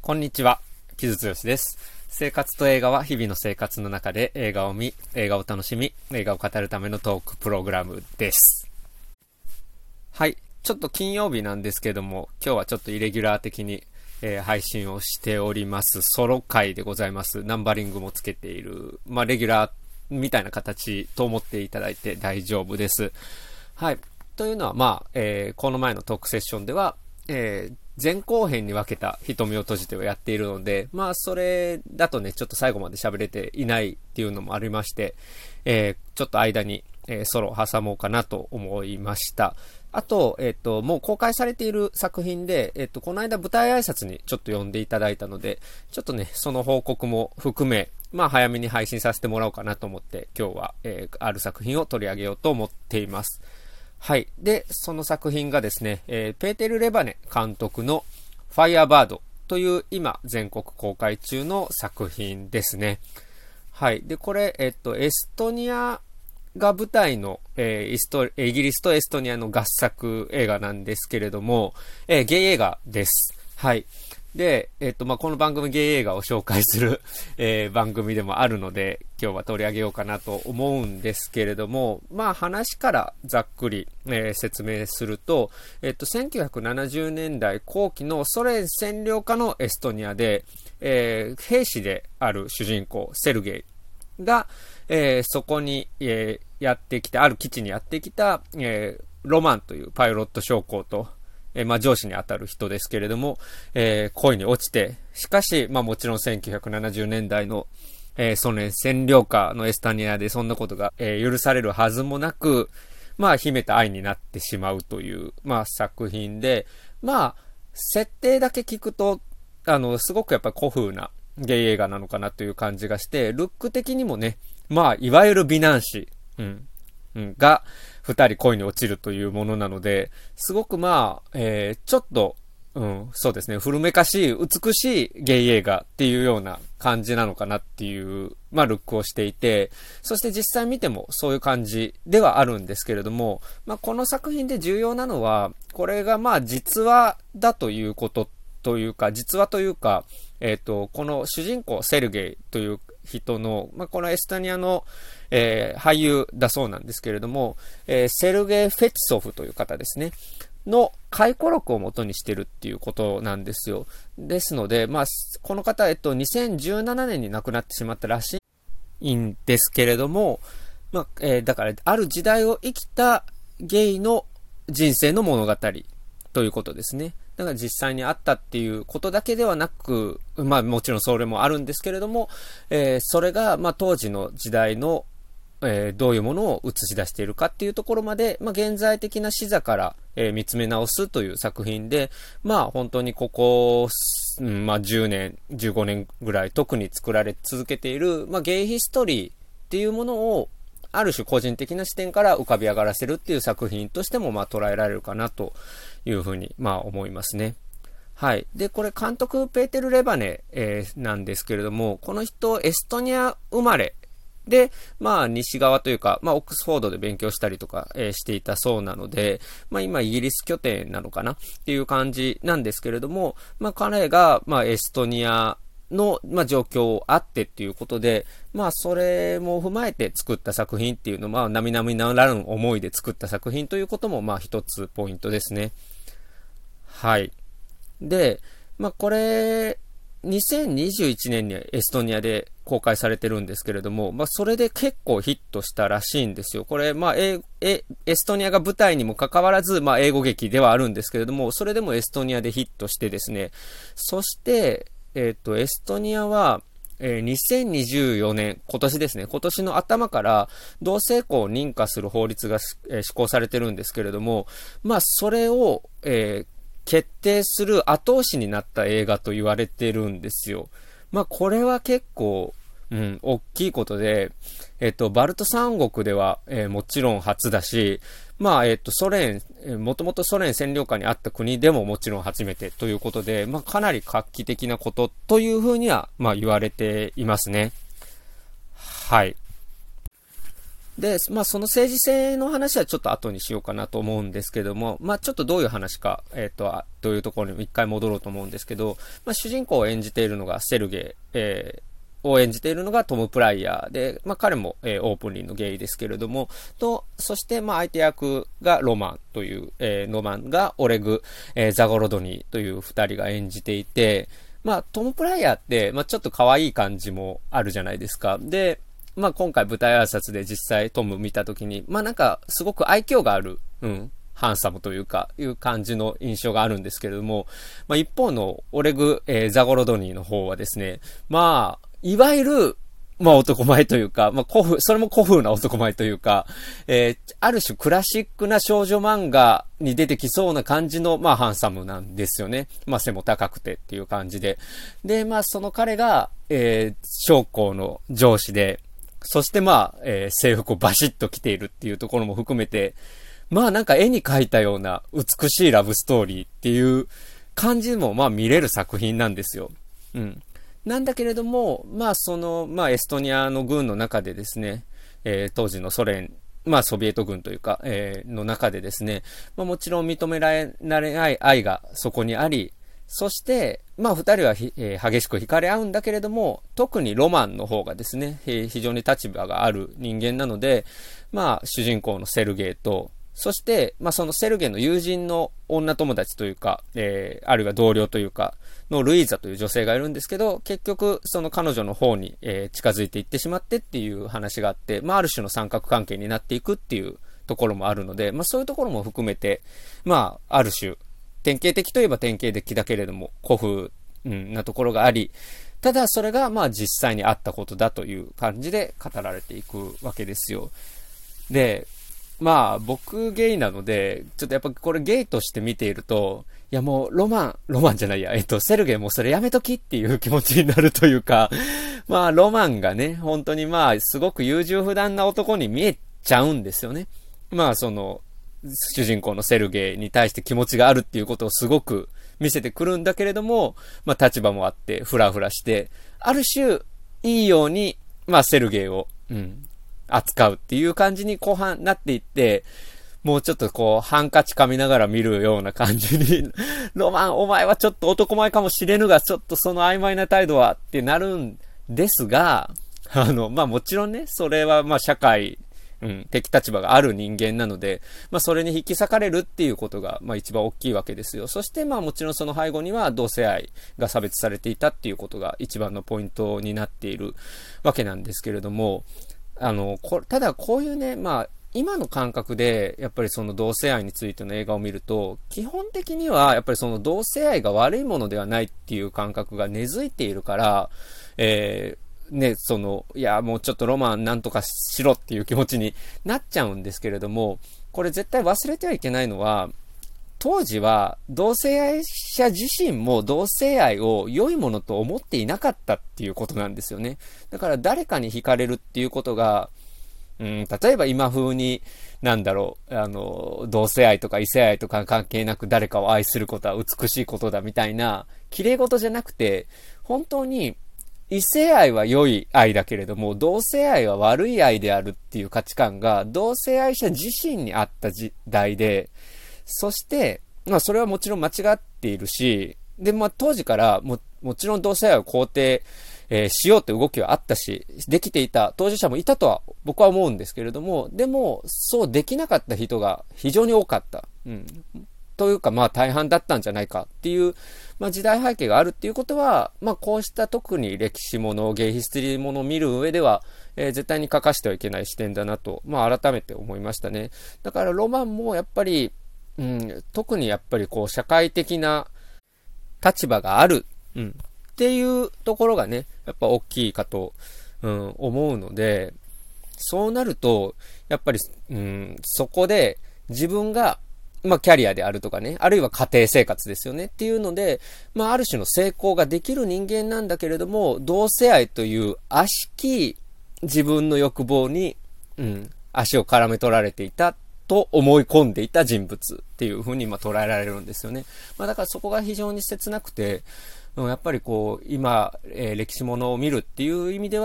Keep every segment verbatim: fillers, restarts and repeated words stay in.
こんにちは、木津剛です。生活と映画は日々の生活の中で映画を見、映画を楽しみ、映画を語るためのトークプログラムです。はい、ちょっと金曜日なんですけども、今日はちょっとイレギュラー的に、えー、配信をしておりますソロ回でございます。ナンバリングもつけている、まあレギュラーみたいな形と思っていただいて大丈夫です。はい、というのはまあ、えー、この前のトークセッションでは、えー前後編に分けた瞳を閉じてをやっているので、まあそれだとね、ちょっと最後まで喋れていないっていうのもありまして、えー、ちょっと間に、えー、ソロ挟もうかなと思いました。あと、えっと、もう公開されている作品で、えっと、この間舞台挨拶にちょっと呼んでいただいたので、ちょっとね、その報告も含め、まあ早めに配信させてもらおうかなと思って、今日は、えー、ある作品を取り上げようと思っています。はい。で、その作品がですね、えー、ペーテル・レバネ監督のファイアバードという今全国公開中の作品ですね。はい。で、これ、えっと、エストニアが舞台の、えー、イスト、イギリスとエストニアの合作映画なんですけれども、えー、ゲイ映画です。はい。で、えっと、まあ、この番組ゲイ映画を紹介する、えー、番組でもあるので、今日は取り上げようかなと思うんですけれども、まあ、話からざっくり、えー、説明すると、えっと、せんきゅうひゃくななじゅうねんだいこう期のソ連占領下のエストニアで、えー、兵士である主人公、セルゲイが、えー、そこに、えー、やってきた、ある基地にやってきた、えー、ロマンというパイロット将校と、えー、まあ上司にあたる人ですけれども、えー、恋に落ちて、しかし、まあもちろんせんきゅうひゃくななじゅうねんだいの、えー、ソ連占領下のエストニアでそんなことが、えー、許されるはずもなく、まあ秘めた愛になってしまうという、まあ作品で、まあ、設定だけ聞くと、あの、すごくやっぱり古風なゲイ映画なのかなという感じがして、ルック的にもね、まあ、いわゆる美男子、うん、うん、が、二人恋に落ちるというものなので、すごくまあ、えー、ちょっと、うん、そうですね、古めかしい、美しいゲイ映画っていうような感じなのかなっていう、まあ、ルックをしていて、そして実際見てもそういう感じではあるんですけれども、まあ、この作品で重要なのは、これがまあ、実話だということというか、実話というか、えっと、この主人公、セルゲイという人の、まあ、このエストニアの、えー、俳優だそうなんですけれども、えー、セルゲイ・フェチソフという方ですね。の回顧録を元にしてるっていうことなんですよ。ですので、まあ、この方、えっと、にせんじゅうななねんに亡くなってしまったらしいんですけれども、まあ、えー、だから、ある時代を生きたゲイの人生の物語ということですね。だから実際にあったっていうことだけではなく、まあもちろんそれもあるんですけれども、えー、それがまあ当時の時代の、えー、どういうものを映し出しているかっていうところまで、まあ現在的な視座から、えー、見つめ直すという作品で、まあ本当にここ、うん、まあじゅうねん、じゅうごねんぐらい特に作られ続けている、まあゲイヒストリーっていうものを、ある種個人的な視点から浮かび上がらせるっていう作品としてもまあ捉えられるかなというふうにまあ思いますね。はい。で、これ監督ペーテル・レバネ、えー、なんですけれども、この人エストニア生まれで、まあ西側というか、まあオックスフォードで勉強したりとか、えー、していたそうなので、まあ今イギリス拠点なのかなっていう感じなんですけれども、まあ彼がまあエストニアの、まあ、状況あってっていうことで、まあ、それも踏まえて作った作品っていうのは、まあ、並々ならぬ思いで作った作品ということも、まあ、一つポイントですね。はい。で、まあ、これ、にせんにじゅういちねんにエストニアで公開されてるんですけれども、まあ、それで結構ヒットしたらしいんですよ。これ、まあ、え、え、エストニアが舞台にもかかわらず、まあ、英語劇ではあるんですけれども、それでもエストニアでヒットしてですね、そして、えっと、エストニアは、えー、にせんにじゅうよねん、今年ですね、今年の頭から同性婚を認可する法律が、えー、施行されてるんですけれども、まあ、それを、えー、決定する後押しになった映画と言われてるんですよ。まあ、これは結構、うん、大きいことで、えっと、バルト三国では、えー、もちろん初だし、まあ、えっと、ソ連、もともとソ連占領下にあった国でももちろん初めてということで、まあ、かなり画期的なことというふうには、まあ、言われていますね。はい。 で、まあその政治性の話はちょっと後にしようかなと思うんですけども、まあちょっとどういう話か、えっと、どういうところにも一回戻ろうと思うんですけど、まあ主人公を演じているのがセルゲイ、えー、を演じているのがトム・プライヤーで、まあ彼も、えー、オープンリーのゲイですけれども、と、そしてまあ相手役がロマンという、えー、ロマンがオレグ、えー、ザゴロドニーという二人が演じていて、まあトム・プライヤーって、まあちょっと可愛い感じもあるじゃないですか。で、まあ今回舞台挨拶で実際トム見たときに、まあなんかすごく愛嬌がある、うん、ハンサムというか、いう感じの印象があるんですけれども、まあ一方のオレグ、えー、ザゴロドニーの方はですね、まあ、いわゆる、まあ男前というか、まあ古風、それも古風な男前というか、えー、ある種クラシックな少女漫画に出てきそうな感じの、まあハンサムなんですよね。まあ背も高くてっていう感じで。で、まあその彼が、えー、将校の上司で、そしてまあ、えー、制服をバシッと着ているっていうところも含めて、まあなんか絵に描いたような美しいラブストーリーっていう感じもまあ見れる作品なんですよ。うん。なんだけれども、まあその、まあエストニアの軍の中でですね、えー、当時のソ連、まあソビエト軍というか、えー、の中でですね、まあもちろん認められない愛がそこにあり、そして、まあ二人はひ、えー、激しく惹かれ合うんだけれども、特にロマンの方がですね、えー、非常に立場がある人間なので、まあ主人公のセルゲイと、そして、まあそのセルゲイの友人の女友達というか、えー、あるいは同僚というか、のルイーザという女性がいるんですけど、結局その彼女の方に、えー、近づいていってしまってっていう話があって、まあある種の三角関係になっていくっていうところもあるので、まあそういうところも含めて、まあある種、典型的といえば典型的だけれども、古風、うん、なところがあり、ただそれがまあ実際にあったことだという感じで語られていくわけですよ。で、まあ僕ゲイなので、ちょっとやっぱこれゲイとして見ていると、いやもうロマン、ロマンじゃないや、えっと、セルゲイもうそれやめときっていう気持ちになるというか、まあロマンがね、本当にまあすごく優柔不断な男に見えちゃうんですよね。まあその、主人公のセルゲイに対して気持ちがあるっていうことをすごく見せてくるんだけれども、まあ立場もあってフラフラして、ある種いいように、まあセルゲイを、うん、扱うっていう感じに後半なっていって、もうちょっとこうハンカチ噛みながら見るような感じに、ロマンお前はちょっと男前かもしれぬが、ちょっとその曖昧な態度はってなるんですが、あの、まあもちろんね、それはまあ社会、うん、敵立場がある人間なので、まあそれに引き裂かれるっていうことが、まあ一番大きいわけですよ。そしてまあもちろんその背後には同性愛が差別されていたっていうことが一番のポイントになっているわけなんですけれども、あの、こただこういうね、まあ今の感覚でやっぱりその同性愛についての映画を見ると、基本的にはやっぱりその同性愛が悪いものではないっていう感覚が根付いているから、えーね、その、いや、もうちょっとロマンなんとかしろっていう気持ちになっちゃうんですけれども、これ絶対忘れてはいけないのは、当時は同性愛者自身も同性愛を良いものと思っていなかったっていうことなんですよね。だから誰かに惹かれるっていうことが、うん、例えば今風に、なんだろう、あの、同性愛とか異性愛とか関係なく誰かを愛することは美しいことだみたいな、綺麗事じゃなくて、本当に、異性愛は良い愛だけれども、同性愛は悪い愛であるっていう価値観が、同性愛者自身にあった時代で、そして、まあそれはもちろん間違っているし、で、まあ当時からも、もちろん同性愛を肯定、えー、しようって動きはあったし、できていた当事者もいたとは僕は思うんですけれども、でも、そうできなかった人が非常に多かった。うん。というか、まあ大半だったんじゃないかっていう、まあ時代背景があるっていうことは、まあこうした特に歴史もの、ゲイヒストリーものを見る上では、えー、絶対に欠かしてはいけない視点だなと、まあ改めて思いましたね。だからロマンもやっぱり、うん、特にやっぱりこう社会的な立場がある、うん、っていうところがね、やっぱ大きいかと、うん、思うので、そうなると、やっぱり、うん、そこで自分がまあ、キャリアであるとかね、あるいは家庭生活ですよねっていうので、まあ、ある種の成功ができる人間なんだけれども、同性愛という悪しき自分の欲望に、うん、足を絡め取られていたと思い込んでいた人物っていう風にまあ捉えられるんですよね。まあ、だからそこが非常に切なくて、やっぱりこう、今、えー、歴史ものを見るっていう意味では、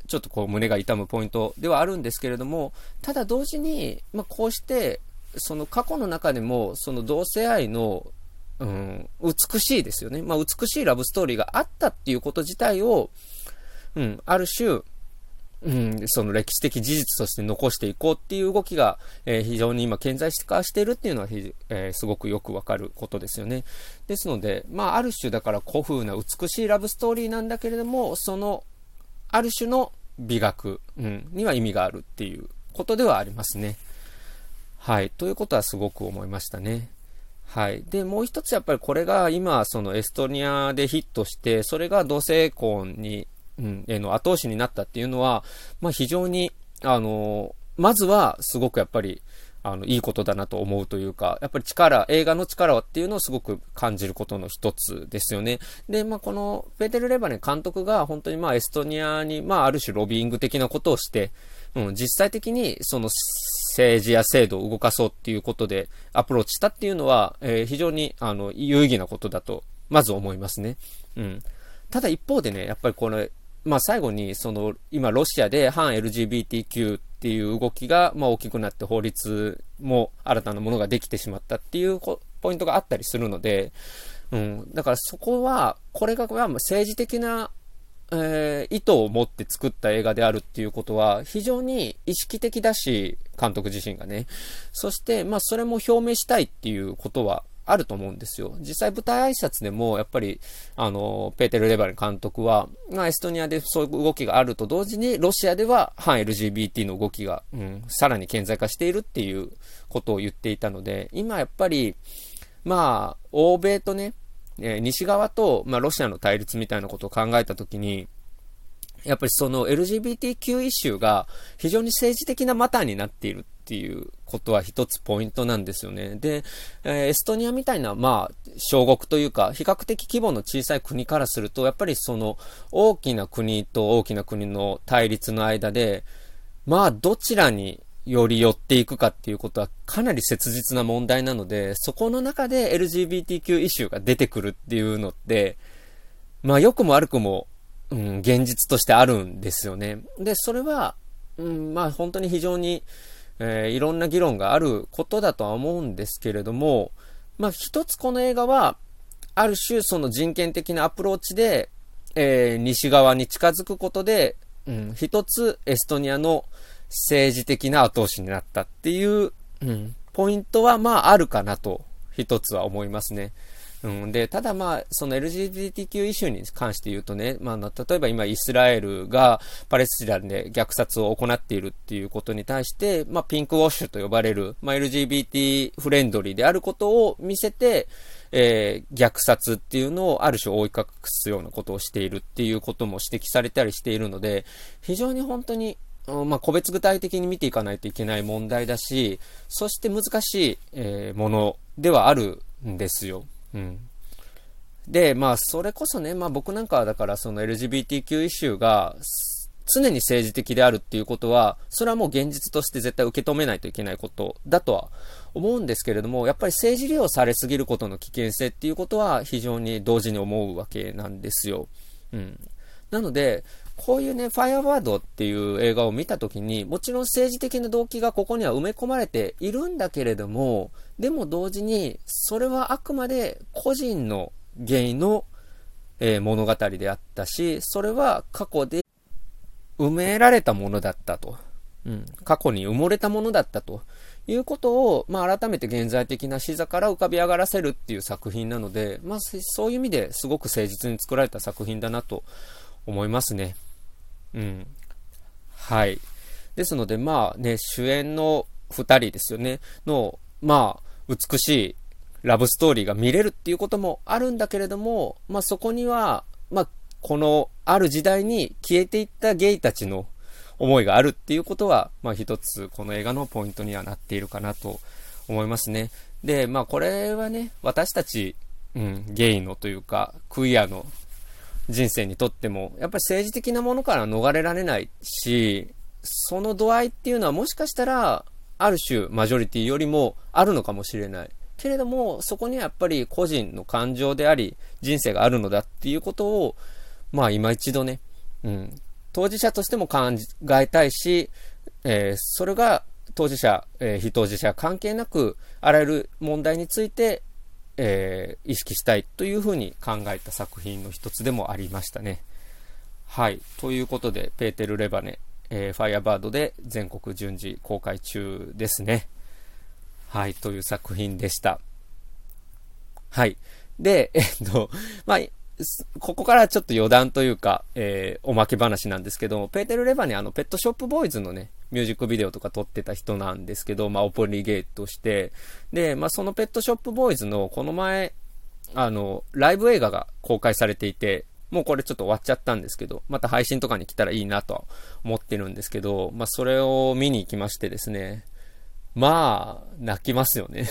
ちょっとこう胸が痛むポイントではあるんですけれども、ただ同時に、まあ、こうしてその過去の中でもその同性愛の、うん、美しいですよね、まあ、美しいラブストーリーがあったっていうこと自体を、うん、ある種、うん、その歴史的事実として残していこうっていう動きが、えー、非常に今顕在化しているっていうのは、えー、すごくよくわかることですよね。ですので、まあ、ある種だから古風な美しいラブストーリーなんだけれども、そのある種の美学、うん、には意味があるっていうことではありますね。はい。ということはすごく思いましたね。はい。で、もう一つやっぱりこれが今、そのエストニアでヒットして、それが同性婚に、うん、への後押しになったっていうのは、まあ非常に、あの、まずはすごくやっぱり、あの、いいことだなと思うというか、やっぱり力、映画の力っていうのをすごく感じることの一つですよね。で、まあこのペーテル・レバネ監督が本当にまあエストニアに、まあある種ロビーング的なことをして、うん、実際的にその政治や制度を動かそうっていうことでアプローチしたっていうのは、えー、非常にあの有意義なことだとまず思いますね。うん。ただ一方でね、やっぱりこれ、まあ最後にその今ロシアで反 エルジービーティーキュー っていう動きがまあ大きくなって法律も新たなものができてしまったっていうポイントがあったりするので、うん、だからそこはこれが政治的なえー、意図を持って作った映画であるっていうことは非常に意識的だし、監督自身がね。そして、まあそれも表明したいっていうことはあると思うんですよ。実際舞台挨拶でもやっぱり、あの、ペーテル・レバレ監督は、まあエストニアでそういう動きがあると同時に、ロシアでは反 エルジービーティー の動きが、うん、さらに顕在化しているっていうことを言っていたので、今やっぱり、まあ、欧米とね、えー、西側と、まあ、ロシアの対立みたいなことを考えたときに、やっぱりその エルジービーティーキュー イシューが非常に政治的なマターになっているっていうことは一つポイントなんですよね。で、えー、エストニアみたいな、まあ、小国というか、比較的規模の小さい国からすると、やっぱりその大きな国と大きな国の対立の間で、まあ、どちらにより寄っていくかっていうことはかなり切実な問題なので、そこの中で エルジービーティーキュー イシューが出てくるっていうのって、まあ良くも悪くも、うん、現実としてあるんですよね。で、それは、うん、まあ本当に非常に、えー、いろんな議論があることだとは思うんですけれども、まあ一つこの映画は、ある種その人権的なアプローチで、えー、西側に近づくことで、うん、一つエストニアの政治的な後押しになったっていう、うん、ポイントはまああるかなと一つは思いますね。うん、で、ただまあ、その エルジービーティーキュー イシューに関して言うとね、まあ、例えば今イスラエルがパレスチナで虐殺を行っているっていうことに対して、まあ、ピンクウォッシュと呼ばれる、まあ、エルジービーティー フレンドリーであることを見せて、えー、虐殺っていうのをある種覆い隠すようなことをしているっていうことも指摘されたりしているので、非常に本当にまあ、個別具体的に見ていかないといけない問題だし、そして難しい、えー、ものではあるんですよ。うん。で、まあ、それこそね、まあ僕なんかはだからその エルジービーティーキュー イシューが常に政治的であるっていうことは、それはもう現実として絶対受け止めないといけないことだとは思うんですけれども、やっぱり政治利用されすぎることの危険性っていうことは非常に同時に思うわけなんですよ。うん。なので、こういうね、ファイアワードっていう映画を見たときに、もちろん政治的な動機がここには埋め込まれているんだけれども、でも同時に、それはあくまで個人のゲイの、えー、物語であったし、それは過去で埋められたものだったと。うん、過去に埋もれたものだったということを、まあ、改めて現在的な視座から浮かび上がらせるっていう作品なので、まあ、そういう意味ですごく誠実に作られた作品だなと思いますね。うん。はい。ですので、まあね、主演の二人ですよね、の、まあ、美しいラブストーリーが見れるっていうこともあるんだけれども、まあそこには、まあ、このある時代に消えていったゲイたちの思いがあるっていうことは、まあ一つこの映画のポイントにはなっているかなと思いますね。で、まあこれはね、私たち、うん、ゲイのというか、クイアの人生にとっても、やっぱり政治的なものから逃れられないし、その度合いっていうのはもしかしたら、ある種マジョリティよりもあるのかもしれない。けれども、そこにはやっぱり個人の感情であり、人生があるのだっていうことを、まあ今一度ね、うん、 当事者としても考えたいし、えー、それが当事者、えー、非当事者関係なく、あらゆる問題について、えー、意識したいというふうに考えた作品の一つでもありましたね。はい。ということで、ペーテル・レバネ、えー、ファイアバードで全国順次公開中ですね。はい。という作品でした。はい。で、えっと、まあ、ここからちょっと余談というか、えー、おまけ話なんですけど、ペーテル・レバネ、あの、ペットショップボーイズのね、ミュージックビデオとか撮ってた人なんですけど、まあ、オポリゲートして、で、まあ、そのペットショップボーイズの、この前、あの、ライブ映画が公開されていて、もうこれちょっと終わっちゃったんですけど、また配信とかに来たらいいなとは思ってるんですけど、まあ、それを見に行きましてですね、まあ、泣きますよね。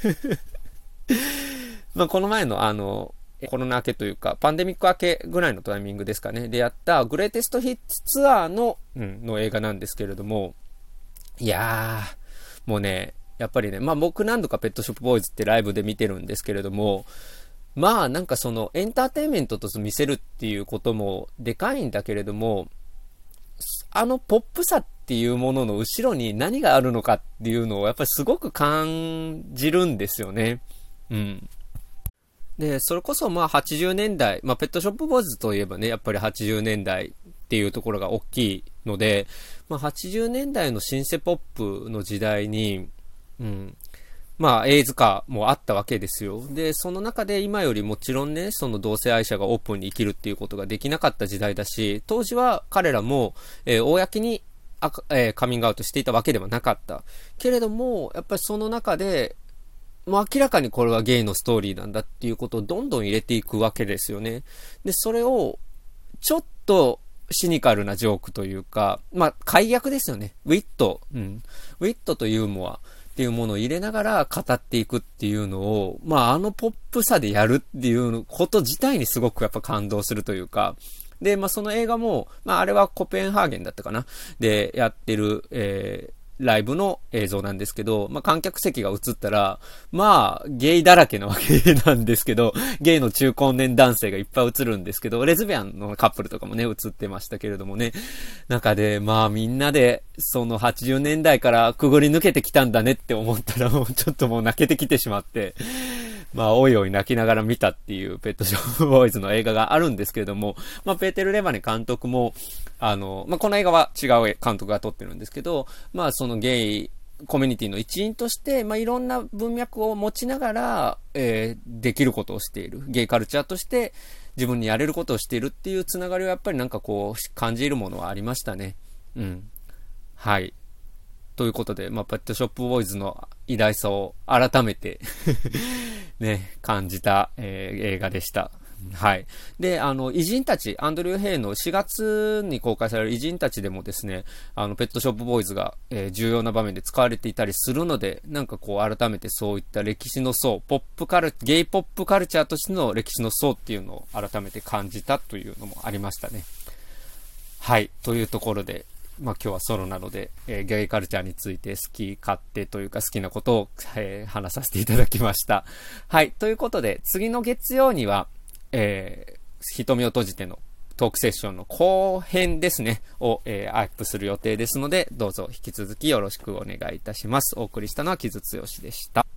まあ、この前のあの、コロナ明けというか、パンデミック明けぐらいのタイミングですかね、でやったグレイテストヒッツツアーの、うん、の映画なんですけれども、いやー、もうね、やっぱりね、まあ僕何度かペットショップボーイズってライブで見てるんですけれども、まあなんかそのエンターテインメントとして見せるっていうこともでかいんだけれども、あのポップさっていうものの後ろに何があるのかっていうのをやっぱりすごく感じるんですよね。うん。で、それこそまあはちじゅうねんだい、まあペットショップボーイズといえばね、やっぱりはちじゅうねんだいっていうところが大きいので、まあはちじゅうねんだいのシンセポップの時代に、うん、まあエイズ化もあったわけですよ。で、その中で今よりもちろんね、その同性愛者がオープンに生きるっていうことができなかった時代だし、当時は彼らも、えー、公にあ、えー、カミングアウトしていたわけではなかった。けれども、やっぱりその中で、もう明らかにこれはゲイのストーリーなんだっていうことをどんどん入れていくわけですよね。で、それを、ちょっとシニカルなジョークというか、まあ、解約ですよね。ウィット。うん。ウィットとユーモアっていうものを入れながら語っていくっていうのを、まあ、あのポップさでやるっていうこと自体にすごくやっぱ感動するというか、で、まあ、その映画も、まあ、あれはコペンハーゲンだったかなで、やってる、えー、ライブの映像なんですけど、まあ、観客席が映ったら、まあ、ゲイだらけなわけなんですけど、ゲイの中高年男性がいっぱい映るんですけど、レズビアンのカップルとかもね、映ってましたけれどもね、中で、まあ、みんなで、そのはちじゅうねんだいからくぐり抜けてきたんだねって思ったら、もうちょっともう泣けてきてしまって、まあ、おいおい泣きながら見たっていうペットショップボーイズの映画があるんですけれども、まあ、ペーテル・レバネ監督も、あの、まあ、この映画は違う監督が撮ってるんですけど、まあ、そのゲイコミュニティの一員として、まあ、いろんな文脈を持ちながら、えー、できることをしている。ゲイカルチャーとして自分にやれることをしているっていうつながりはやっぱりなんかこう、感じるものはありましたね。うん。はい。ということで、まあ、ペットショップボーイズの偉大さを改めてね、感じた、えー、映画でした。はい。で、あの、偉人たち、アンドリュー・ヘイのしがつに公開される偉人たちでもですね、あの、ペットショップボーイズが、えー、重要な場面で使われていたりするので、なんかこう、改めてそういった歴史の層、ポップカル、ゲイポップカルチャーとしての歴史の層っていうのを改めて感じたというのもありましたね。はい。というところで、まあ今日はソロなので、えー、ゲイカルチャーについて好き勝手というか好きなことを、えー、話させていただきました。はい。ということで、次の月曜には、えー、瞳を閉じてのトークセッションの後編ですね、を、えー、アップする予定ですので、どうぞ引き続きよろしくお願いいたします。お送りしたのは木津剛でした。